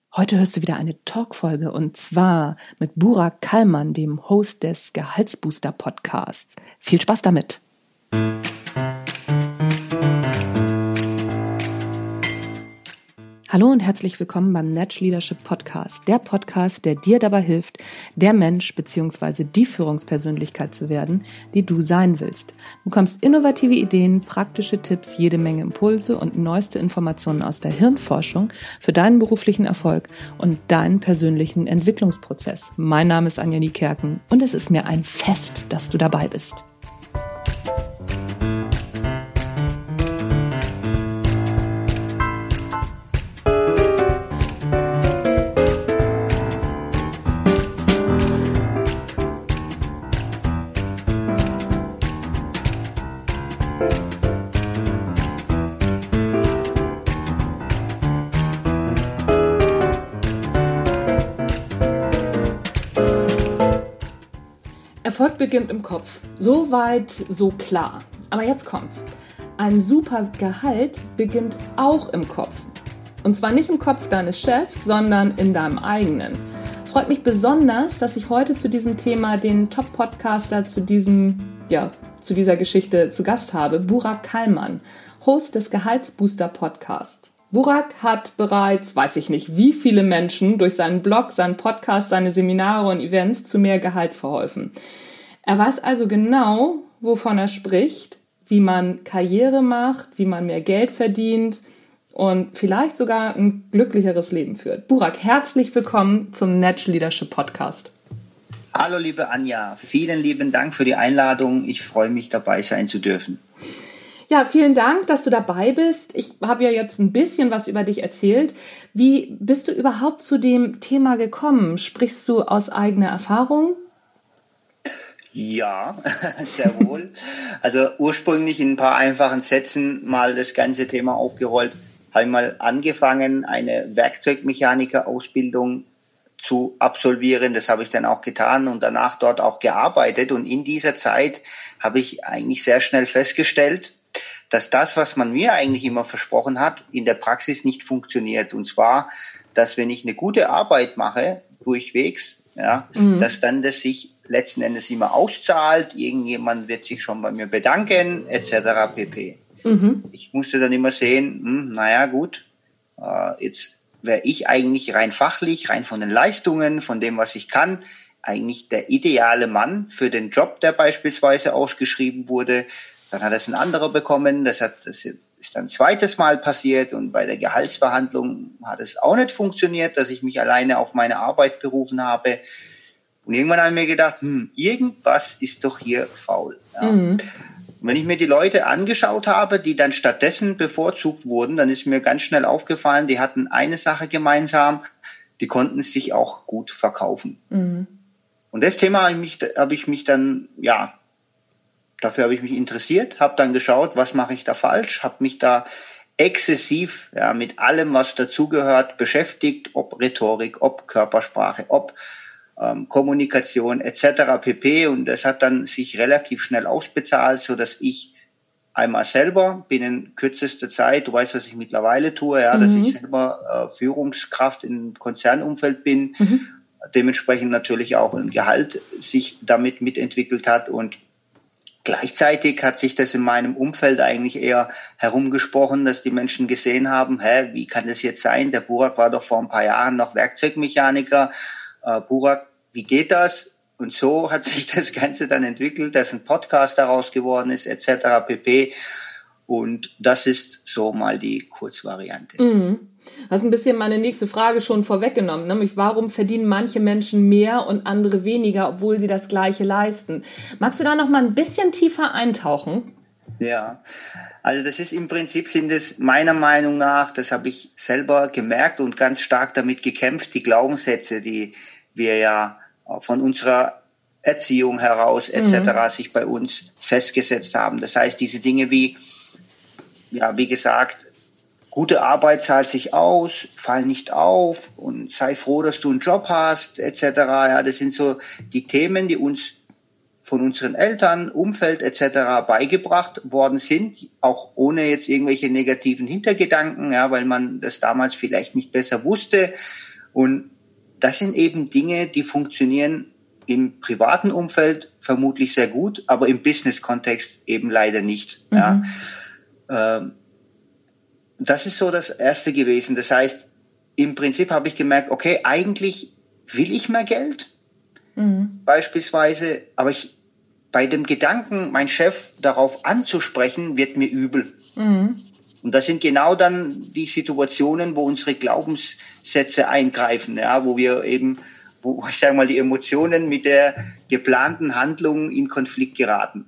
Heute hörst du wieder eine Talkfolge und zwar mit Burak Kallmann, dem Host des Gehaltsbooster-Podcasts. Viel Spaß damit! Hallo und herzlich willkommen beim Natch Leadership Podcast, der Podcast, der dir dabei hilft, der Mensch bzw. die Führungspersönlichkeit zu werden, die du sein willst. Du bekommst innovative Ideen, praktische Tipps, jede Menge Impulse und neueste Informationen aus der Hirnforschung für deinen beruflichen Erfolg und deinen persönlichen Entwicklungsprozess. Mein Name ist Anja Niekerken und es ist mir ein Fest, dass du dabei bist. Erfolg beginnt im Kopf. So weit, so klar. Aber jetzt kommt's. Ein super Gehalt beginnt auch im Kopf. Und zwar nicht im Kopf deines Chefs, sondern in deinem eigenen. Es freut mich besonders, dass ich heute zu diesem Thema den Top-Podcaster zu dieser Geschichte zu Gast habe, Burak Kallmann, Host des Gehaltsbooster-Podcasts. Burak hat bereits, weiß ich nicht, wie viele Menschen durch seinen Blog, seinen Podcast, seine Seminare und Events zu mehr Gehalt verholfen. Er weiß also genau, wovon er spricht, wie man Karriere macht, wie man mehr Geld verdient und vielleicht sogar ein glücklicheres Leben führt. Burak, herzlich willkommen zum Natch Leadership Podcast. Hallo liebe Anja, vielen lieben Dank für die Einladung. Ich freue mich, dabei sein zu dürfen. Ja, vielen Dank, dass du dabei bist. Ich habe ja jetzt ein bisschen was über dich erzählt. Wie bist du überhaupt zu dem Thema gekommen? Sprichst du aus eigener Erfahrung? Ja, sehr wohl. Also ursprünglich in ein paar einfachen Sätzen mal das ganze Thema aufgerollt. Habe ich mal angefangen, eine Werkzeugmechaniker-Ausbildung zu absolvieren. Das habe ich dann auch getan und danach dort auch gearbeitet. Und in dieser Zeit habe ich eigentlich sehr schnell festgestellt, dass das, was man mir eigentlich immer versprochen hat, in der Praxis nicht funktioniert. Und zwar, dass wenn ich eine gute Arbeit mache, durchwegs, dass dann das sich letzten Endes immer auszahlt, irgendjemand wird sich schon bei mir bedanken, etc. pp. Ich musste dann immer sehen, jetzt wäre ich eigentlich rein fachlich, rein von den Leistungen, von dem, was ich kann, eigentlich der ideale Mann für den Job, der beispielsweise ausgeschrieben wurde. Dann hat es ein anderer bekommen, das ist dann ein zweites Mal passiert und bei der Gehaltsverhandlung hat es auch nicht funktioniert, dass ich mich alleine auf meine Arbeit berufen habe. Und irgendwann habe ich mir gedacht, irgendwas ist doch hier faul. Ja. Und wenn ich mir die Leute angeschaut habe, die dann stattdessen bevorzugt wurden, dann ist mir ganz schnell aufgefallen, die hatten eine Sache gemeinsam, die konnten sich auch gut verkaufen. Und das Thema dafür habe ich mich interessiert, habe dann geschaut, was mache ich da falsch, habe mich da exzessiv mit allem, was dazugehört, beschäftigt, ob Rhetorik, ob Körpersprache, ob Kommunikation etc. pp. Und das hat dann sich relativ schnell ausbezahlt, so dass ich einmal selber binnen kürzester Zeit, du weißt, was ich mittlerweile tue, dass ich selber Führungskraft im Konzernumfeld bin, dementsprechend natürlich auch ein Gehalt sich damit mitentwickelt hat und gleichzeitig hat sich das in meinem Umfeld eigentlich eher herumgesprochen, dass die Menschen gesehen haben, wie kann das jetzt sein? Der Burak war doch vor ein paar Jahren noch Werkzeugmechaniker. Burak, wie geht das? Und so hat sich das Ganze dann entwickelt, dass ein Podcast daraus geworden ist, etc. pp. Und das ist so mal die Kurzvariante. Du hast ein bisschen meine nächste Frage schon vorweggenommen, nämlich warum verdienen manche Menschen mehr und andere weniger, obwohl sie das Gleiche leisten. Magst du da noch mal ein bisschen tiefer eintauchen? Ja, also das ist im Prinzip, sind es meiner Meinung nach, das habe ich selber gemerkt und ganz stark damit gekämpft, die Glaubenssätze, die wir ja von unserer Erziehung heraus etc. sich bei uns festgesetzt haben. Das heißt, diese Dinge wie gesagt, gute Arbeit zahlt sich aus, fall nicht auf und sei froh, dass du einen Job hast, etc. Ja, das sind so die Themen, die uns von unseren Eltern, Umfeld etc. beigebracht worden sind, auch ohne jetzt irgendwelche negativen Hintergedanken, ja, weil man das damals vielleicht nicht besser wusste. Und das sind eben Dinge, die funktionieren im privaten Umfeld vermutlich sehr gut, aber im Business-Kontext eben leider nicht. Ja. Das ist so das Erste gewesen. Das heißt, im Prinzip habe ich gemerkt, okay, eigentlich will ich mehr Geld, beispielsweise, aber bei dem Gedanken, meinen Chef darauf anzusprechen, wird mir übel. Und das sind genau dann die Situationen, wo unsere Glaubenssätze eingreifen, ja, wo wir eben, wo ich sage mal, die Emotionen mit der geplanten Handlung in Konflikt geraten.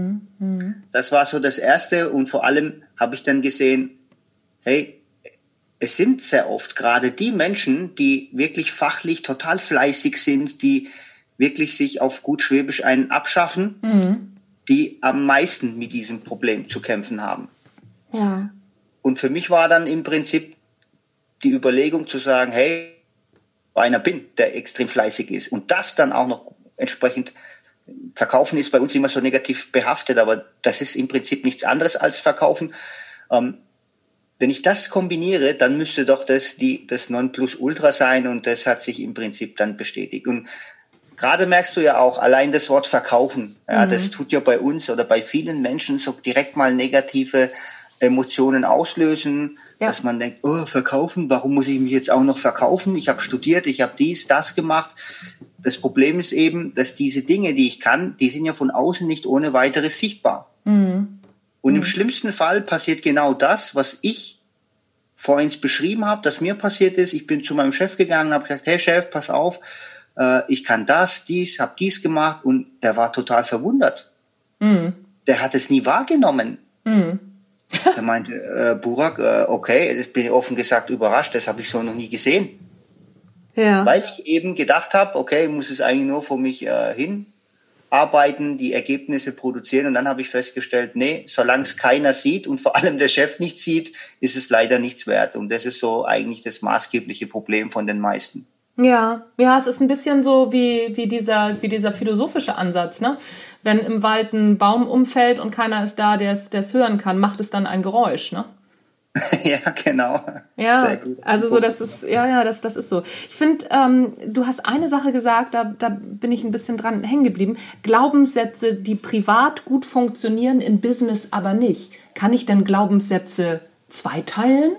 Das war so das Erste, und vor allem habe ich dann gesehen, hey, es sind sehr oft gerade die Menschen, die wirklich fachlich total fleißig sind, die wirklich sich auf gut Schwäbisch einen abschaffen, die am meisten mit diesem Problem zu kämpfen haben. Ja. Und für mich war dann im Prinzip die Überlegung zu sagen, hey, einer bin, der extrem fleißig ist, und das dann auch noch entsprechend verkaufen, ist bei uns immer so negativ behaftet, aber das ist im Prinzip nichts anderes als verkaufen. Wenn ich das kombiniere, dann müsste doch das Nonplusultra sein, und das hat sich im Prinzip dann bestätigt. Und gerade merkst du ja auch, allein das Wort verkaufen, ja, das tut ja bei uns oder bei vielen Menschen so direkt mal negative Emotionen auslösen, dass man denkt, oh, verkaufen, warum muss ich mich jetzt auch noch verkaufen? Ich habe studiert, ich habe das gemacht. Das Problem ist eben, dass diese Dinge, die ich kann, die sind ja von außen nicht ohne weiteres sichtbar. Und im schlimmsten Fall passiert genau das, was ich vorhin beschrieben habe, dass mir passiert ist. Ich bin zu meinem Chef gegangen und habe gesagt, hey Chef, pass auf, ich kann habe dies gemacht, und der war total verwundert. Der hat es nie wahrgenommen. Der meinte, Burak, okay, das bin ich offen gesagt überrascht, das habe ich so noch nie gesehen. Ja. Weil ich eben gedacht habe, okay, ich muss es eigentlich nur vor mich hinarbeiten, die Ergebnisse produzieren, und dann habe ich festgestellt, nee, solange es keiner sieht und vor allem der Chef nicht sieht, ist es leider nichts wert, und das ist so eigentlich das maßgebliche Problem von den meisten. Ja, es ist ein bisschen so wie dieser philosophische Ansatz, ne? Wenn im Wald ein Baum umfällt und keiner ist da, der es hören kann, macht es dann ein Geräusch, ne? Ja, genau. Ja, sehr gut. Also so, das ist so. Ich finde, du hast eine Sache gesagt, da bin ich ein bisschen dran hängen geblieben. Glaubenssätze, die privat gut funktionieren, im Business aber nicht. Kann ich denn Glaubenssätze zweiteilen?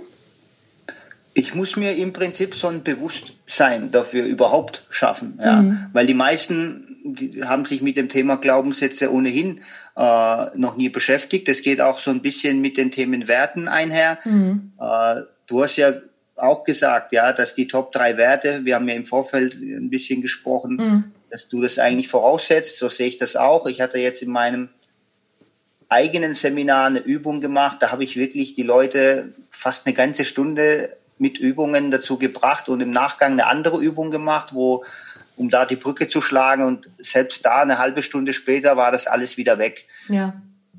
Ich muss mir im Prinzip so ein Bewusstsein dafür überhaupt schaffen, ja, weil die meisten, die haben sich mit dem Thema Glaubenssätze ohnehin noch nie beschäftigt. Das geht auch so ein bisschen mit den Themen Werten einher. Du hast ja auch gesagt, ja, dass die Top 3 Werte, wir haben ja im Vorfeld ein bisschen gesprochen, dass du das eigentlich voraussetzt. So sehe ich das auch. Ich hatte jetzt in meinem eigenen Seminar eine Übung gemacht. Da habe ich wirklich die Leute fast eine ganze Stunde mit Übungen dazu gebracht und im Nachgang eine andere Übung gemacht, um da die Brücke zu schlagen, und selbst da eine halbe Stunde später war das alles wieder weg. Ja.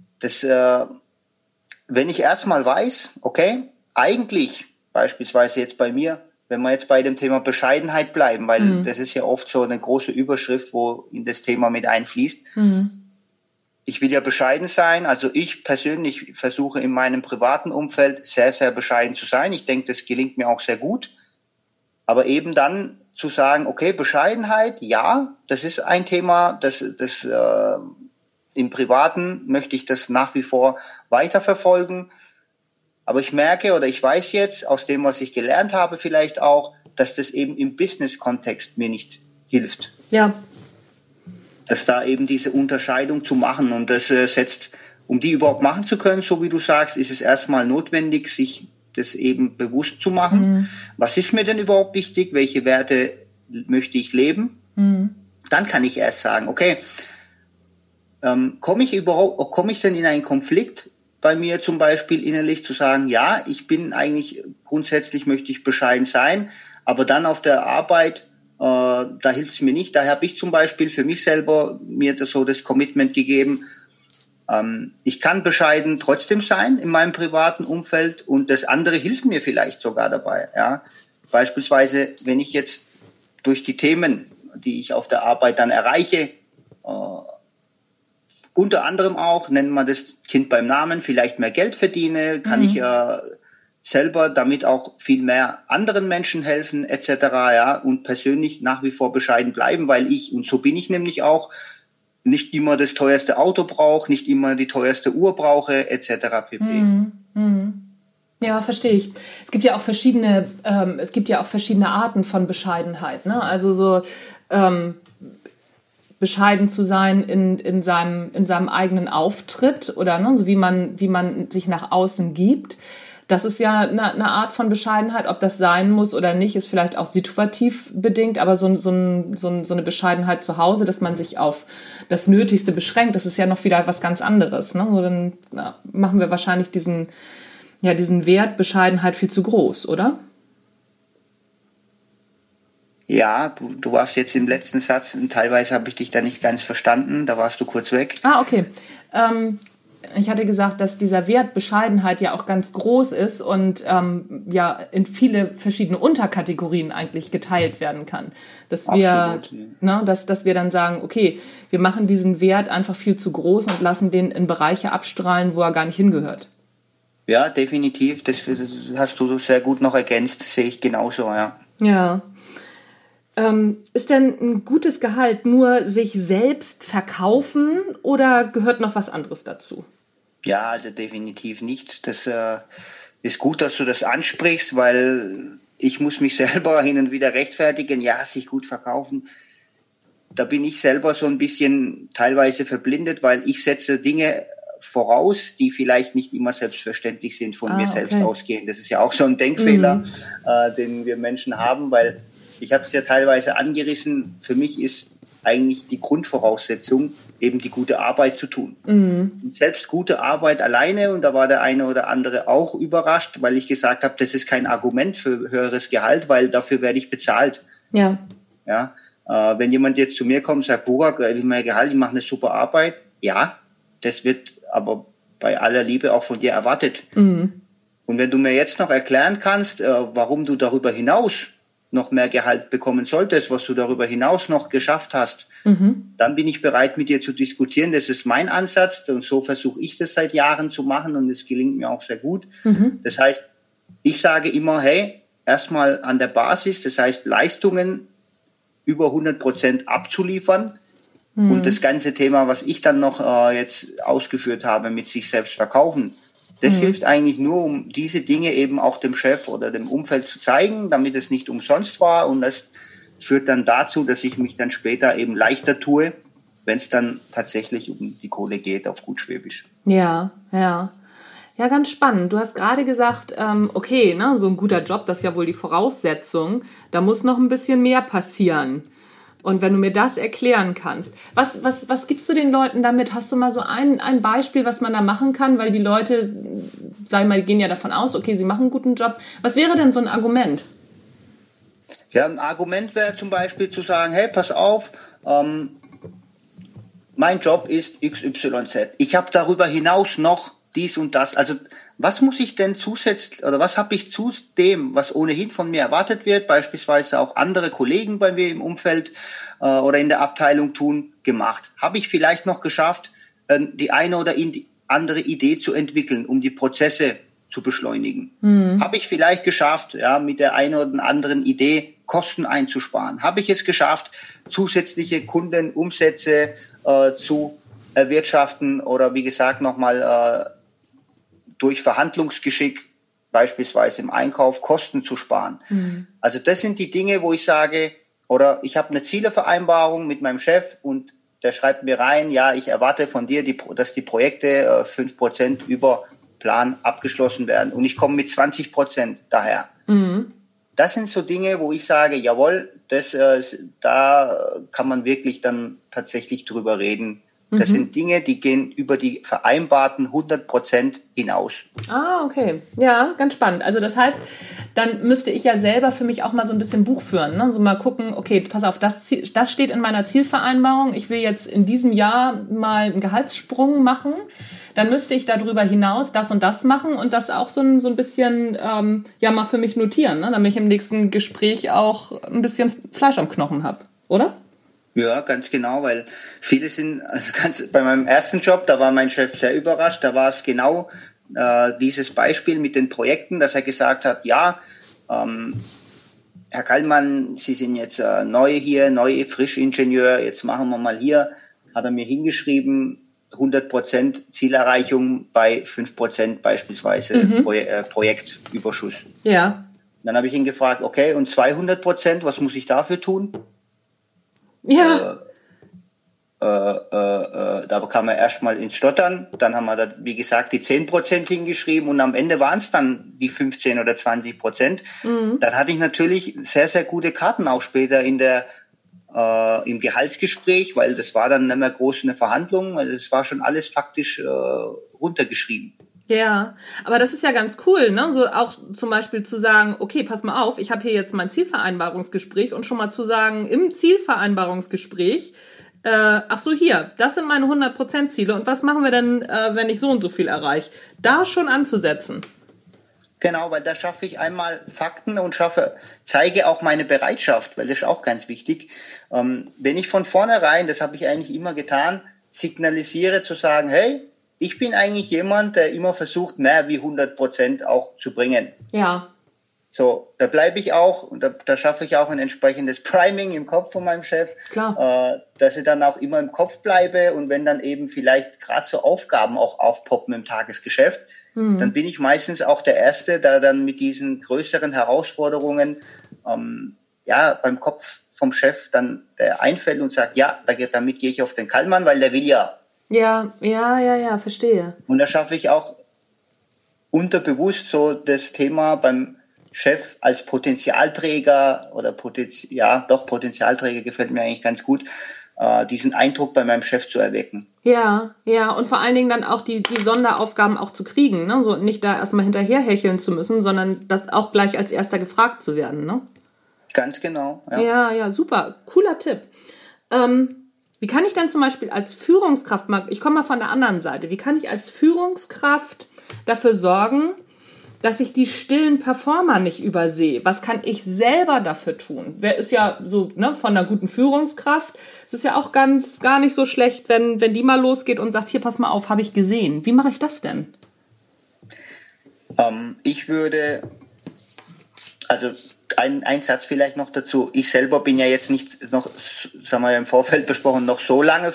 Wenn ich erstmal weiß, okay, eigentlich beispielsweise jetzt bei mir, wenn wir jetzt bei dem Thema Bescheidenheit bleiben, weil das ist ja oft so eine große Überschrift, wo in das Thema mit einfließt. Ich will ja bescheiden sein, also ich persönlich versuche in meinem privaten Umfeld sehr, sehr bescheiden zu sein. Ich denke, das gelingt mir auch sehr gut. Aber eben dann zu sagen, okay, Bescheidenheit, ja, das ist ein Thema, das im Privaten möchte ich das nach wie vor weiterverfolgen. Aber ich merke oder ich weiß jetzt aus dem, was ich gelernt habe vielleicht auch, dass das eben im Business-Kontext mir nicht hilft. Ja. Dass da eben diese Unterscheidung zu machen, und das um die überhaupt machen zu können, so wie du sagst, ist es erstmal notwendig, sich das eben bewusst zu machen. Was ist mir denn überhaupt wichtig? Welche Werte möchte ich leben? Dann kann ich erst sagen, okay, komme ich denn in einen Konflikt bei mir zum Beispiel innerlich zu sagen, ja, ich bin eigentlich grundsätzlich möchte ich bescheiden sein, aber dann auf der Arbeit da hilft es mir nicht. Daher habe ich zum Beispiel für mich selber mir das Commitment gegeben, ich kann bescheiden trotzdem sein in meinem privaten Umfeld, und das andere hilft mir vielleicht sogar dabei. Ja? Beispielsweise, wenn ich jetzt durch die Themen, die ich auf der Arbeit dann erreiche, unter anderem auch, nennen wir das Kind beim Namen, vielleicht mehr Geld verdiene, kann ich selber damit auch viel mehr anderen Menschen helfen etc. Ja, und persönlich nach wie vor bescheiden bleiben, weil und so bin ich nämlich auch, nicht immer das teuerste Auto brauche, nicht immer die teuerste Uhr brauche etc. pp. Ja, verstehe ich. Es gibt ja auch verschiedene Arten von Bescheidenheit, ne? Also so bescheiden zu sein in seinem eigenen Auftritt oder ne, so wie man sich nach außen gibt. Das ist ja eine Art von Bescheidenheit. Ob das sein muss oder nicht, ist vielleicht auch situativ bedingt. Aber so eine Bescheidenheit zu Hause, dass man sich auf das Nötigste beschränkt, das ist ja noch wieder was ganz anderes. Ne? So dann machen wir wahrscheinlich diesen Wert Bescheidenheit viel zu groß, oder? Ja, du warst jetzt im letzten Satz und teilweise habe ich dich da nicht ganz verstanden. Da warst du kurz weg. Ah, okay. Ich hatte gesagt, dass dieser Wert Bescheidenheit ja auch ganz groß ist und in viele verschiedene Unterkategorien eigentlich geteilt werden kann. Dass wir, dass wir dann sagen, okay, wir machen diesen Wert einfach viel zu groß und lassen den in Bereiche abstrahlen, wo er gar nicht hingehört. Ja, definitiv. Das hast du sehr gut noch ergänzt, sehe ich genauso, ja. Ja. Ist denn ein gutes Gehalt nur sich selbst verkaufen oder gehört noch was anderes dazu? Ja, also definitiv nicht. Das ist gut, dass du das ansprichst, weil ich muss mich selber hin und wieder rechtfertigen. Ja, sich gut verkaufen. Da bin ich selber so ein bisschen teilweise verblindet, weil ich setze Dinge voraus, die vielleicht nicht immer selbstverständlich sind, von mir selbst ausgehen. Das ist ja auch so ein Denkfehler, den wir Menschen haben, weil ich habe es ja teilweise angerissen. Für mich ist eigentlich die Grundvoraussetzung, eben die gute Arbeit zu tun. Und selbst gute Arbeit alleine, und da war der eine oder andere auch überrascht, weil ich gesagt habe, das ist kein Argument für höheres Gehalt, weil dafür werde ich bezahlt. Ja. Ja. Wenn jemand jetzt zu mir kommt und sagt, Burak, ich will mehr Gehalt, ich mache eine super Arbeit, ja, das wird aber bei aller Liebe auch von dir erwartet. Und wenn du mir jetzt noch erklären kannst, warum du darüber hinaus noch mehr Gehalt bekommen solltest, was du darüber hinaus noch geschafft hast, dann bin ich bereit, mit dir zu diskutieren. Das ist mein Ansatz und so versuche ich das seit Jahren zu machen und es gelingt mir auch sehr gut. Das heißt, ich sage immer, hey, erstmal an der Basis, das heißt Leistungen über 100% abzuliefern und das ganze Thema, was ich dann noch jetzt ausgeführt habe, mit sich selbst verkaufen, das hilft eigentlich nur, um diese Dinge eben auch dem Chef oder dem Umfeld zu zeigen, damit es nicht umsonst war. Und das führt dann dazu, dass ich mich dann später eben leichter tue, wenn es dann tatsächlich um die Kohle geht, auf gut Schwäbisch. Ja, ja. Ja, ganz spannend. Du hast gerade gesagt, okay, ne, so ein guter Job, das ist ja wohl die Voraussetzung. Da muss noch ein bisschen mehr passieren. Und wenn du mir das erklären kannst, was gibst du den Leuten damit? Hast du mal so ein Beispiel, was man da machen kann? Weil die Leute, sag ich mal, gehen ja davon aus, okay, sie machen einen guten Job. Was wäre denn so ein Argument? Ja, ein Argument wäre zum Beispiel zu sagen, hey, pass auf, mein Job ist XYZ. Ich habe darüber hinaus noch dies und das. Also was muss ich denn zusätzlich oder was habe ich zu dem, was ohnehin von mir erwartet wird, beispielsweise auch andere Kollegen bei mir im Umfeld oder in der Abteilung tun, gemacht? Habe ich vielleicht noch geschafft, die eine oder andere Idee zu entwickeln, um die Prozesse zu beschleunigen? Habe ich vielleicht geschafft, ja, mit der einen oder anderen Idee Kosten einzusparen? Habe ich es geschafft, zusätzliche Kundenumsätze zu erwirtschaften oder wie gesagt nochmal durch Verhandlungsgeschick, beispielsweise im Einkauf, Kosten zu sparen. Also das sind die Dinge, wo ich sage, oder ich habe eine Zielevereinbarung mit meinem Chef und der schreibt mir rein, ja, ich erwarte von dir, dass die Projekte 5% über Plan abgeschlossen werden und ich komme mit 20% daher. Das sind so Dinge, wo ich sage, jawohl, da kann man wirklich dann tatsächlich drüber reden. Das sind Dinge, die gehen über die vereinbarten 100% hinaus. Ah, okay. Ja, ganz spannend. Also das heißt, dann müsste ich ja selber für mich auch mal so ein bisschen Buch führen. Ne? So mal gucken, okay, pass auf, das steht in meiner Zielvereinbarung. Ich will jetzt in diesem Jahr mal einen Gehaltssprung machen. Dann müsste ich darüber hinaus das und das machen und das auch so ein bisschen mal für mich notieren, ne? Damit ich im nächsten Gespräch auch ein bisschen Fleisch am Knochen habe, oder? Ja, ganz genau, weil viele sind, bei meinem ersten Job, da war mein Chef sehr überrascht, da war es genau dieses Beispiel mit den Projekten, dass er gesagt hat, ja, Herr Kallmann, Sie sind jetzt neu hier, Frischingenieur, jetzt machen wir mal hier, hat er mir hingeschrieben, 100% Zielerreichung bei 5% beispielsweise Projektüberschuss. Ja. Dann habe ich ihn gefragt, okay, und 200%, was muss ich dafür tun? Ja. Da kam er erstmal ins Stottern, dann haben wir da, wie gesagt, die 10% hingeschrieben und am Ende waren es dann die 15 oder 20%. Dann hatte ich natürlich sehr, sehr gute Karten auch später im Gehaltsgespräch, weil das war dann nicht mehr groß eine Verhandlung, weil das war schon alles faktisch runtergeschrieben. Ja, aber das ist ja ganz cool, ne? So auch zum Beispiel zu sagen, okay, pass mal auf, ich habe hier jetzt mein Zielvereinbarungsgespräch und schon mal zu sagen, im Zielvereinbarungsgespräch, ach so, hier, das sind meine 100% Ziele und was machen wir denn, wenn ich so und so viel erreiche? Da schon anzusetzen. Genau, weil da schaffe ich einmal Fakten und zeige auch meine Bereitschaft, weil das ist auch ganz wichtig. Wenn ich von vornherein, das habe ich eigentlich immer getan, signalisiere zu sagen, hey, ich bin eigentlich jemand, der immer versucht, mehr wie 100% auch zu bringen. Ja. So, da bleibe ich auch und da schaffe ich auch ein entsprechendes Priming im Kopf von meinem Chef, dass ich dann auch immer im Kopf bleibe und wenn dann eben vielleicht gerade so Aufgaben auch aufpoppen im Tagesgeschäft, dann bin ich meistens auch der Erste, der dann mit diesen größeren Herausforderungen beim Kopf vom Chef dann der einfällt und sagt, ja, damit gehe ich auf den Kallmann, weil der will ja. Ja, verstehe. Und da schaffe ich auch unterbewusst so das Thema beim Chef als Potenzialträger oder Potenzialträger gefällt mir eigentlich ganz gut, diesen Eindruck bei meinem Chef zu erwecken. Ja, und vor allen Dingen dann auch die Sonderaufgaben auch zu kriegen, ne? So nicht da erstmal hinterher hecheln zu müssen, sondern das auch gleich als Erster gefragt zu werden, ne? Ganz genau, ja. Ja, super. Cooler Tipp. Wie kann ich denn zum Beispiel als Führungskraft, ich komme mal von der anderen Seite, wie kann ich als Führungskraft dafür sorgen, dass ich die stillen Performer nicht übersehe? Was kann ich selber dafür tun? Wer ist ja so, ne, von einer guten Führungskraft. Es ist ja auch gar nicht so schlecht, wenn die mal losgeht und sagt, hier, pass mal auf, habe ich gesehen. Wie mache ich das denn? Ich würde, also ein Satz vielleicht noch dazu. Ich selber bin ja jetzt nicht noch, sagen wir im Vorfeld besprochen, noch so lange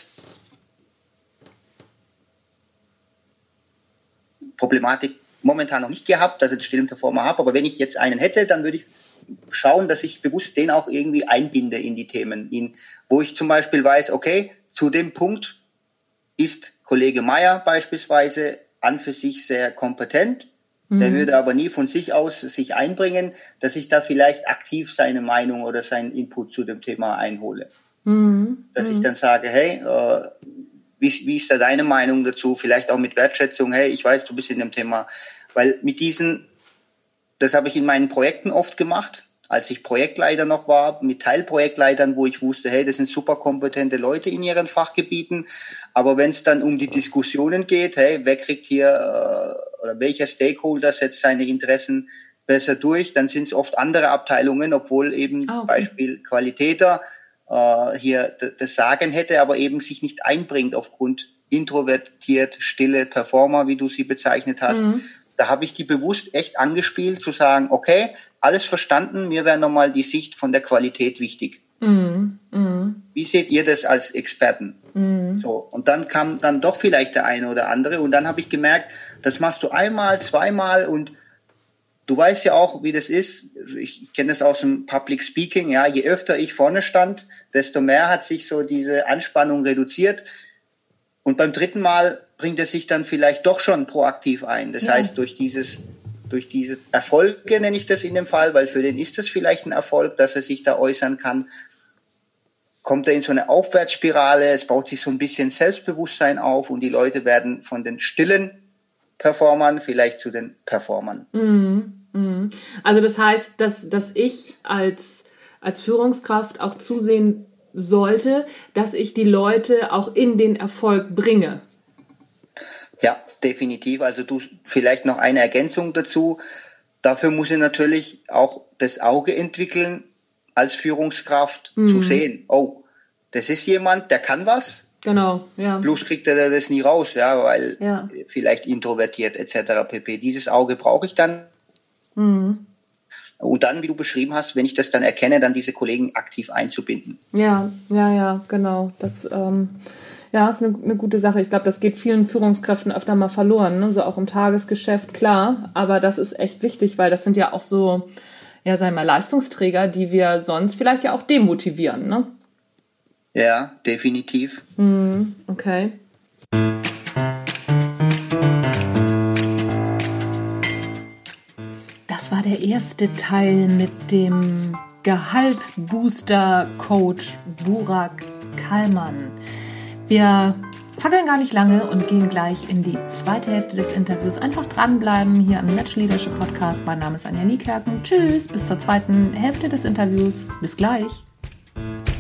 Führungsproblematik momentan noch nicht gehabt, dass ich einen stillen Performer habe. Aber wenn ich jetzt einen hätte, dann würde ich schauen, dass ich bewusst den auch irgendwie einbinde in die Themen. Wo ich zum Beispiel weiß, okay, zu dem Punkt ist Kollege Meier beispielsweise an für sich sehr kompetent. Der würde aber nie von sich aus sich einbringen, dass ich da vielleicht aktiv seine Meinung oder seinen Input zu dem Thema einhole. Dass ich dann sage, hey, wie ist da deine Meinung dazu? Vielleicht auch mit Wertschätzung, hey, ich weiß, du bist in dem Thema. Weil das habe ich in meinen Projekten oft gemacht, als ich Projektleiter noch war, mit Teilprojektleitern, wo ich wusste, hey, das sind super kompetente Leute in ihren Fachgebieten. Aber wenn es dann um die Diskussionen geht, hey, wer kriegt hier oder welcher Stakeholder setzt seine Interessen besser durch, dann sind es oft andere Abteilungen, obwohl eben Beispiel Qualitäter hier das Sagen hätte, aber eben sich nicht einbringt aufgrund introvertiert, stille Performer, wie du sie bezeichnet hast. Da habe ich die bewusst echt angespielt, zu sagen, okay, alles verstanden, mir wäre nochmal die Sicht von der Qualität wichtig. Wie seht ihr das als Experten? So, und dann kam dann doch vielleicht der eine oder andere und dann habe ich gemerkt, das machst du einmal, zweimal und du weißt ja auch, wie das ist. Ich kenne das aus dem Public Speaking. Ja, je öfter ich vorne stand, desto mehr hat sich so diese Anspannung reduziert. Und beim dritten Mal bringt er sich dann vielleicht doch schon proaktiv ein. Das heißt, durch diese Erfolge, nenne ich das in dem Fall, weil für den ist das vielleicht ein Erfolg, dass er sich da äußern kann, kommt er in so eine Aufwärtsspirale. Es baut sich so ein bisschen Selbstbewusstsein auf und die Leute werden von den stillen Performern vielleicht zu den Performern. Also das heißt, dass ich als Führungskraft auch zusehen sollte, dass ich die Leute auch in den Erfolg bringe. Ja, definitiv. Also du, vielleicht noch eine Ergänzung dazu. Dafür muss ich natürlich auch das Auge entwickeln, als Führungskraft zu sehen, oh, das ist jemand, der kann was, Genau, ja. Plus kriegt er das nie raus, ja, weil vielleicht introvertiert etc. pp. Dieses Auge brauche ich dann. Und dann, wie du beschrieben hast, wenn ich das dann erkenne, dann diese Kollegen aktiv einzubinden. Ja, genau. Das ist eine gute Sache. Ich glaube, das geht vielen Führungskräften öfter mal verloren, ne? So auch im Tagesgeschäft, klar. Aber das ist echt wichtig, weil das sind ja auch so, ja, sagen wir mal, Leistungsträger, die wir sonst vielleicht ja auch demotivieren, ne? Ja, definitiv. Okay. Das war der erste Teil mit dem Gehaltsbooster-Coach Burak Kallmann. Wir fackeln gar nicht lange und gehen gleich in die zweite Hälfte des Interviews. Einfach dranbleiben hier am Match Leadership Podcast. Mein Name ist Anja Niekerken. Tschüss, bis zur zweiten Hälfte des Interviews. Bis gleich.